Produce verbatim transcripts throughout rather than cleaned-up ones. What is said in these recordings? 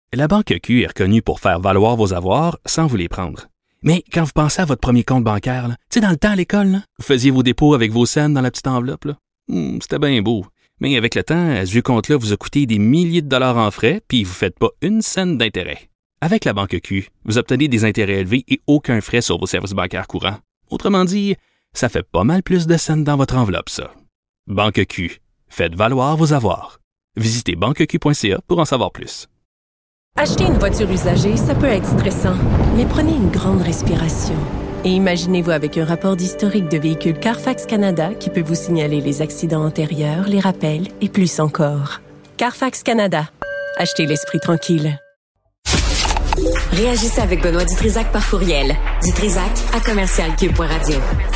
La Banque Q est reconnue pour faire valoir vos avoirs sans vous les prendre. Mais quand vous pensez à votre premier compte bancaire, tu sais, dans le temps à l'école, là, vous faisiez vos dépôts avec vos scènes dans la petite enveloppe. Là. Hum, c'était bien beau. Mais avec le temps, à ce vieux compte-là vous a coûté des milliers de dollars en frais, puis vous ne faites pas une scène d'intérêt. Avec la Banque Q, vous obtenez des intérêts élevés et aucun frais sur vos services bancaires courants. Autrement dit, ça fait pas mal plus de scènes dans votre enveloppe, ça. Banque Q. Faites valoir vos avoirs. Visitez banque q point c a pour en savoir plus. Acheter une voiture usagée, ça peut être stressant, mais prenez une grande respiration. Et imaginez-vous avec un rapport d'historique de véhicule Carfax Canada qui peut vous signaler les accidents antérieurs, les rappels et plus encore. Carfax Canada. Achetez l'esprit tranquille. Réagissez avec Benoît Dutrisac par courriel. Dutrisac à commercial cube point radio.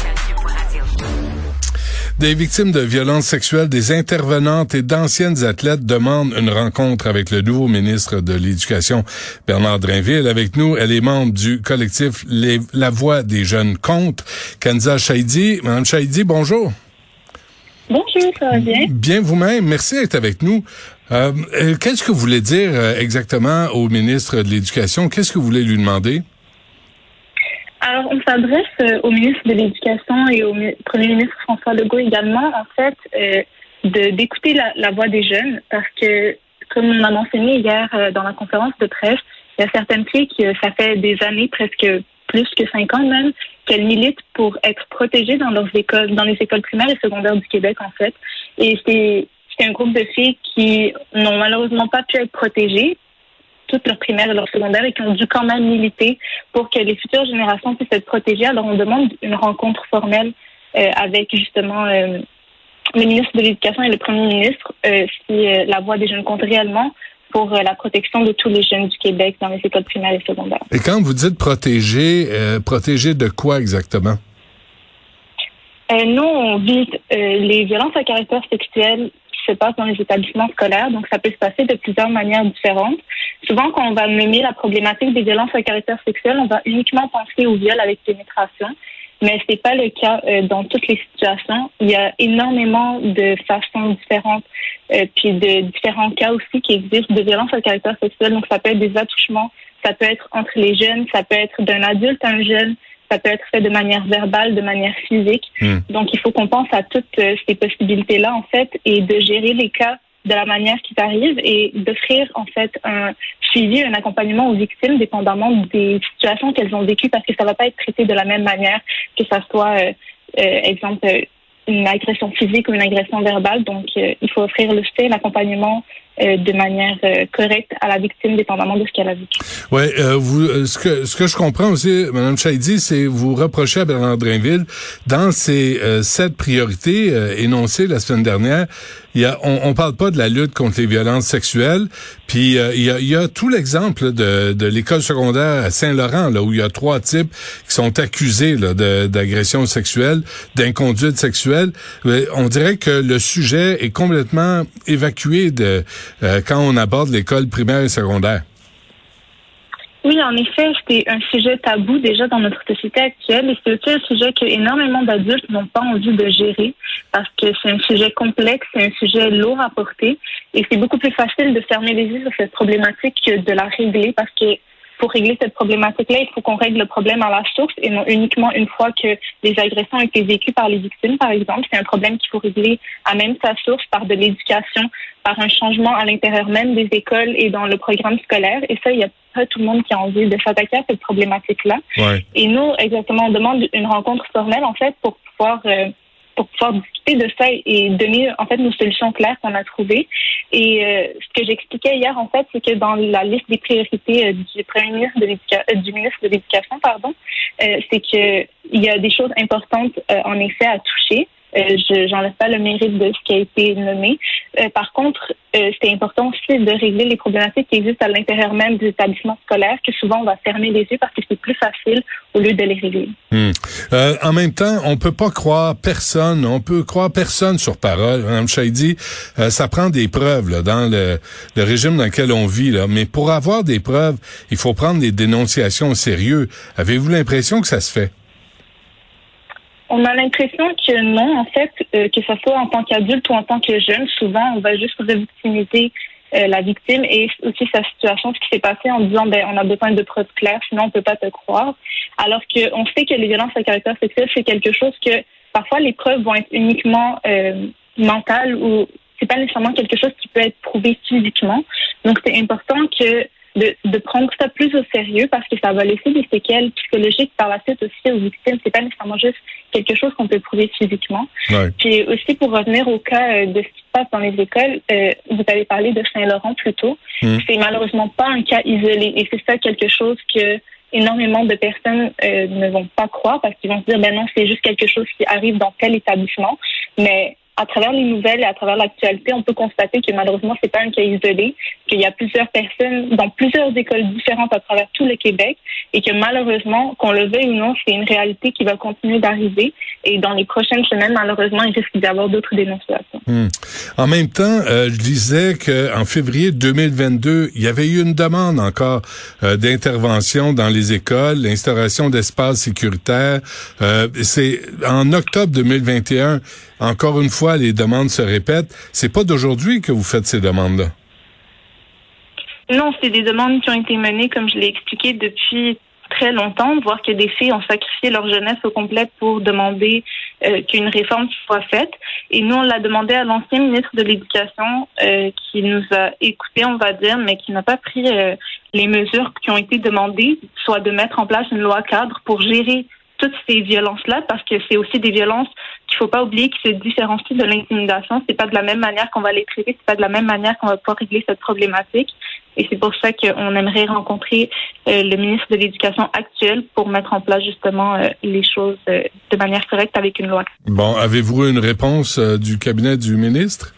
Des victimes de violences sexuelles, des intervenantes et d'anciennes athlètes demandent une rencontre avec le nouveau ministre de l'Éducation, Bernard Drinville. Avec nous, elle est membre du collectif Les, La Voix des Jeunes Contre. Kenza Chaïdi. Madame Chaïdi, bonjour. Bonjour, ça va bien? Bien vous-même. Merci d'être avec nous. Euh, qu'est-ce que vous voulez dire exactement au ministre de l'Éducation? Qu'est-ce que vous voulez lui demander? Alors, on s'adresse au ministre de l'Éducation et au premier ministre François Legault également, en fait, euh, de, d'écouter la, la voix des jeunes, parce que, comme on a mentionné hier euh, dans la conférence de presse, il y a certaines filles qui, ça fait des années, presque plus que cinq ans même, qu'elles militent pour être protégées dans leurs écoles, dans les écoles primaires et secondaires du Québec, en fait. Et c'est, c'est un groupe de filles qui n'ont malheureusement pas pu être protégées toute leur primaire et leur secondaire et qui ont dû quand même militer pour que les futures générations puissent être protégées. Alors, on demande une rencontre formelle euh, avec, justement, euh, le ministre de l'Éducation et le premier ministre, euh, si euh, la voix des jeunes compte réellement pour euh, la protection de tous les jeunes du Québec dans les écoles primaires et secondaires. Et quand vous dites protéger, euh, protéger de quoi exactement? Euh, nous, on vise euh, les violences à caractère sexuel se passe dans les établissements scolaires. Donc, ça peut se passer de plusieurs manières différentes. Souvent, quand on va nommer la problématique des violences à caractère sexuel, on va uniquement penser au viol avec pénétration. Mais ce n'est pas le cas euh, dans toutes les situations. Il y a énormément de façons différentes, euh, puis de différents cas aussi qui existent de violences à caractère sexuel. Donc, ça peut être des attouchements, ça peut être entre les jeunes, ça peut être d'un adulte à un jeune, ça peut être fait de manière verbale, de manière physique. Mmh. Donc, il faut qu'on pense à toutes euh, ces possibilités-là, en fait, et de gérer les cas de la manière qui arrive et d'offrir, en fait, un suivi, un accompagnement aux victimes, dépendamment des situations qu'elles ont vécues, parce que ça ne va pas être traité de la même manière que ça soit, euh, euh, exemple, une agression physique ou une agression verbale. Donc, euh, il faut offrir le soutien, l'accompagnement Euh, de manière euh, correcte à la victime, dépendamment de ce qu'elle a vécu. Oui, euh, vous, euh, ce que ce que je comprends aussi, Mme Chaïdi, c'est vous reprochez à Bernard Drinville, dans ses euh, sept priorités euh, énoncées la semaine dernière, il y a, on, on parle pas de la lutte contre les violences sexuelles, puis euh, il y a, il y a tout l'exemple de, de l'école secondaire à Saint-Laurent, là où il y a trois types qui sont accusés là, de, d'agression sexuelle, d'inconduite sexuelle. On dirait que le sujet est complètement évacué de Euh, quand on aborde l'école primaire et secondaire. Oui, en effet, c'est un sujet tabou déjà dans notre société actuelle et c'est aussi un sujet que énormément d'adultes n'ont pas envie de gérer parce que c'est un sujet complexe, c'est un sujet lourd à porter et c'est beaucoup plus facile de fermer les yeux sur cette problématique que de la régler parce que pour régler cette problématique-là, il faut qu'on règle le problème à la source et non uniquement une fois que les agressions ont été vécues par les victimes, par exemple. C'est un problème qu'il faut régler à même sa source par de l'éducation, par un changement à l'intérieur même des écoles et dans le programme scolaire. Et ça, il n'y a pas tout le monde qui a envie de s'attaquer à cette problématique-là. Ouais. Et nous, exactement, on demande une rencontre formelle, en fait, pour pouvoir... Euh, pour pouvoir discuter de ça et donner, en fait, nos solutions claires qu'on a trouvées. Et euh, ce que j'expliquais hier, en fait, c'est que dans la liste des priorités euh, du premier ministre de l'éducation, euh, du ministre de l'Éducation, pardon, euh, c'est que il y a des choses importantes, euh, en effet, à toucher. Euh, je j'enlève pas le mérite de ce qui a été nommé. Euh, par contre, euh, c'est important aussi de régler les problématiques qui existent à l'intérieur même des établissements scolaires, que souvent on va fermer les yeux parce que c'est plus facile au lieu de les régler. Hum. Euh, en même temps, on peut pas croire personne, on peut croire personne sur parole. Mme Chaïdi, euh, ça prend des preuves là, dans le, le régime dans lequel on vit. Là. Mais pour avoir des preuves, il faut prendre des dénonciations au sérieux. Avez-vous l'impression que ça se fait? On a l'impression que non, en fait, euh, que ce soit en tant qu'adulte ou en tant que jeune, souvent, on va juste revictimiser euh, la victime et aussi sa situation, ce qui s'est passé en disant ben on a besoin de preuves claires, sinon on peut pas te croire. Alors que on sait que les violences à caractère sexuel, c'est quelque chose que parfois les preuves vont être uniquement euh, mentales ou c'est pas nécessairement quelque chose qui peut être prouvé physiquement. Donc c'est important que De, de prendre ça plus au sérieux parce que ça va laisser des séquelles psychologiques par la suite aussi aux victimes. C'est pas nécessairement juste quelque chose qu'on peut prouver physiquement. Ouais. Puis aussi pour revenir au cas de ce qui se passe dans les écoles, euh, vous avez parlé de Saint-Laurent plus tôt. Mmh. C'est malheureusement pas un cas isolé et c'est ça quelque chose que énormément de personnes euh, ne vont pas croire parce qu'ils vont se dire ben non, c'est juste quelque chose qui arrive dans tel établissement. Mais à travers les nouvelles et à travers l'actualité, on peut constater que malheureusement, c'est pas un cas isolé, qu'il y a plusieurs personnes dans plusieurs écoles différentes à travers tout le Québec et que malheureusement, qu'on le veuille ou non, c'est une réalité qui va continuer d'arriver et dans les prochaines semaines, malheureusement, il risque d'y avoir d'autres dénonciations. Hum. En même temps, euh, je disais qu'en février deux mille vingt-deux, il y avait eu une demande encore euh, d'intervention dans les écoles, l'instauration d'espaces sécuritaires. Euh, c'est en octobre deux mille vingt et un. Encore une fois, les demandes se répètent. C'est pas d'aujourd'hui que vous faites ces demandes-là. Non, c'est des demandes qui ont été menées, comme je l'ai expliqué, depuis très longtemps, voire que des filles ont sacrifié leur jeunesse au complet pour demander euh, qu'une réforme soit faite. Et nous, on l'a demandé à l'ancien ministre de l'Éducation euh, qui nous a écoutés, on va dire, mais qui n'a pas pris euh, les mesures qui ont été demandées, soit de mettre en place une loi cadre pour gérer toutes ces violences-là, parce que c'est aussi des violences qu'il faut pas oublier qui se différencient de l'intimidation. C'est pas de la même manière qu'on va les traiter, c'est pas de la même manière qu'on va pouvoir régler cette problématique. Et c'est pour ça qu'on aimerait rencontrer euh, le ministre de l'Éducation actuel pour mettre en place justement euh, les choses euh, de manière correcte avec une loi. Bon, avez-vous une réponse euh, du cabinet du ministre?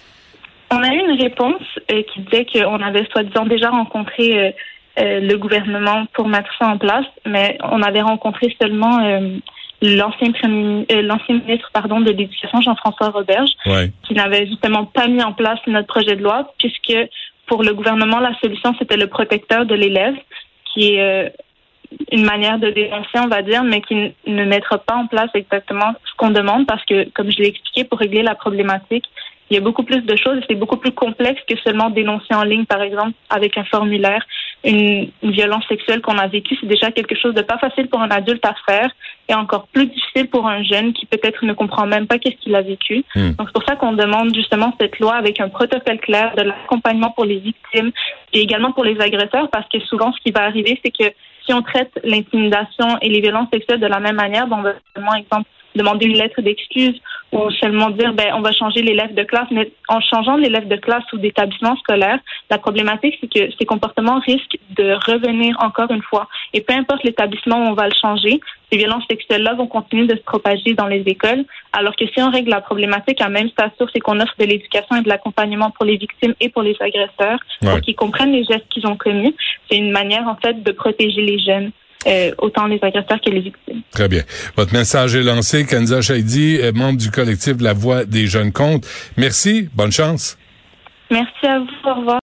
On a eu une réponse euh, qui disait qu'on avait soi-disant déjà rencontré euh, Euh, le gouvernement pour mettre ça en place, mais on avait rencontré seulement euh, l'ancien premier, euh, l'ancien ministre pardon de l'Éducation, Jean-François Roberge, ouais. qui n'avait justement pas mis en place notre projet de loi, puisque pour le gouvernement, la solution, c'était le protecteur de l'élève, qui est euh, une manière de dénoncer, on va dire, mais qui n- ne mettra pas en place exactement ce qu'on demande, parce que, comme je l'ai expliqué, pour régler la problématique, il y a beaucoup plus de choses et c'est beaucoup plus complexe que seulement dénoncer en ligne, par exemple, avec un formulaire. Une, une violence sexuelle qu'on a vécue, c'est déjà quelque chose de pas facile pour un adulte à faire et encore plus difficile pour un jeune qui peut-être ne comprend même pas qu'est-ce qu'il a vécu. Mmh. Donc, c'est pour ça qu'on demande justement cette loi avec un protocole clair de l'accompagnement pour les victimes et également pour les agresseurs, parce que souvent, ce qui va arriver, c'est que si on traite l'intimidation et les violences sexuelles de la même manière, ben on va seulement, exemple, demander une lettre d'excuse ou seulement dire ben on va changer l'élève de classe, mais en changeant l'élève de classe ou d'établissement scolaire, la problématique c'est que ces comportements risquent de revenir encore une fois. Et peu importe l'établissement où on va le changer, ces violences sexuelles-là vont continuer de se propager dans les écoles, alors que si on règle la problématique à même sa source et qu'on offre de l'éducation et de l'accompagnement pour les victimes et pour les agresseurs, ouais. pour qu'ils comprennent les gestes qu'ils ont commis, c'est une manière en fait de protéger les jeunes. Euh, autant les agresseurs que les victimes. Très bien. Votre message est lancé. Kenza Chaïdi, membre du collectif La Voix des Jeunes Comptes. Merci. Bonne chance. Merci à vous. Au revoir.